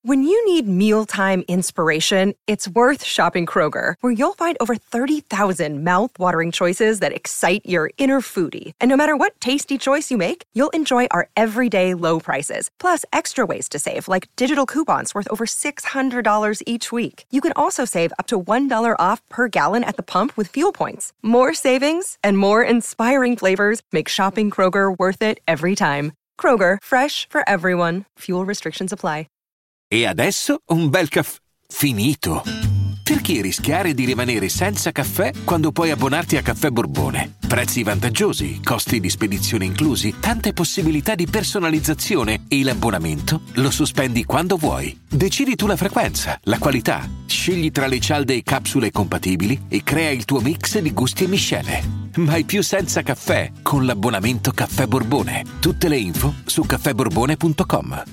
When you need mealtime inspiration, it's worth shopping Kroger, where you'll find over 30,000 mouth-watering choices that excite your inner foodie. And no matter what tasty choice you make, you'll enjoy our everyday low prices, plus extra ways to save, like digital coupons worth over $600 each week. You can also save up to $1 off per gallon at the pump with fuel points. More savings and more inspiring flavors make shopping Kroger worth it every time. Kroger, fresh for everyone. Fuel restrictions apply. E adesso un bel caffè finito. Perché rischiare di rimanere senza caffè quando puoi abbonarti a Caffè Borbone? Prezzi vantaggiosi, costi di spedizione inclusi, tante possibilità di personalizzazione e l'abbonamento lo sospendi quando vuoi. Decidi tu la frequenza, la qualità, scegli tra le cialde e capsule compatibili e crea il tuo mix di gusti e miscele. Mai più senza caffè con l'abbonamento Caffè Borbone. Tutte le info su caffèborbone.com.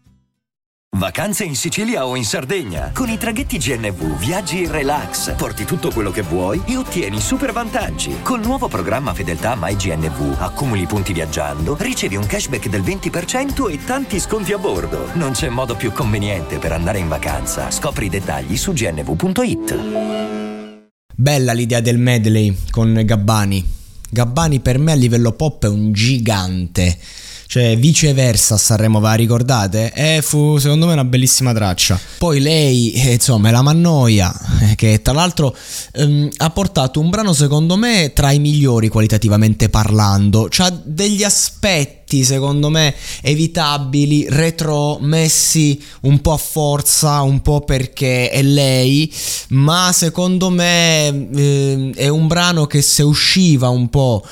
Vacanze in Sicilia o in Sardegna. Con i traghetti GNV viaggi in relax, porti tutto quello che vuoi e ottieni super vantaggi. Col nuovo programma Fedeltà MyGNV accumuli punti viaggiando, ricevi un cashback del 20% e tanti sconti a bordo. Non c'è modo più conveniente per andare in vacanza. Scopri i dettagli su gnv.it. Bella l'idea del medley con Gabbani. Gabbani per me a livello pop è un gigante. Cioè, Viceversa a Sanremo, ve la ricordate? Fu secondo me una bellissima traccia. Poi lei, insomma, è la Mannoia, che tra l'altro ha portato un brano secondo me tra i migliori qualitativamente parlando. C'ha degli aspetti secondo me evitabili, retro, messi un po' a forza, un po' perché è lei, ma secondo me è un brano che se usciva un po'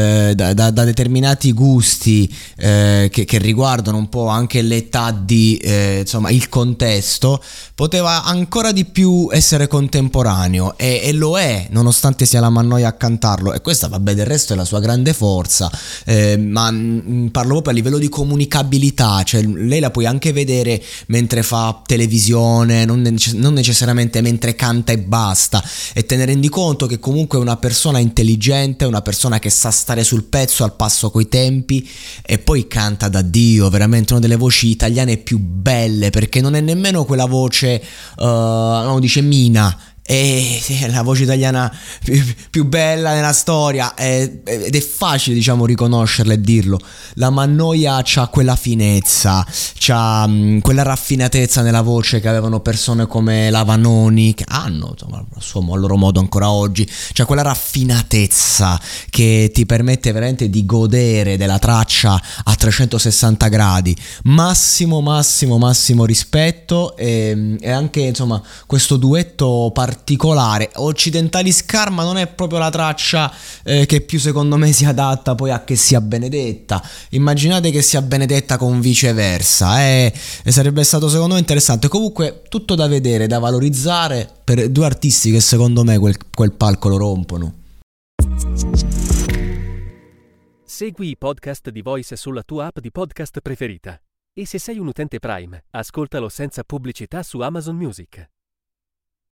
da determinati gusti che riguardano un po' anche l'età di insomma il contesto, poteva ancora di più essere contemporaneo e lo è, nonostante sia la Mannoia a cantarlo, e questa vabbè del resto è la sua grande forza, ma parlo proprio a livello di comunicabilità, cioè lei la puoi anche vedere mentre fa televisione, non necessariamente mentre canta e basta, e te ne rendi conto che comunque è una persona intelligente, una persona che sa stare sul pezzo, al passo coi tempi, e poi canta da Dio, veramente una delle voci italiane più belle, perché non è nemmeno quella voce dice Mina, è la voce italiana più bella nella storia, ed è facile diciamo riconoscerla e dirlo. La Mannoia c'ha quella finezza, c'ha quella raffinatezza nella voce che avevano persone come la Vanoni, che hanno insomma a loro modo ancora oggi. C'ha quella raffinatezza che ti permette veramente di godere della traccia a 360 gradi. Massimo rispetto, e anche insomma questo duetto particolare. Occidentali Scar, ma non è proprio la traccia che più secondo me si adatta poi a Che sia Benedetta. Immaginate Che sia Benedetta con Viceversa, sarebbe stato secondo me interessante. Comunque tutto da vedere, da valorizzare per due artisti che secondo me quel palco lo rompono. Segui i podcast di Voice sulla tua app di podcast preferita. E se sei un utente Prime, ascoltalo senza pubblicità su Amazon Music.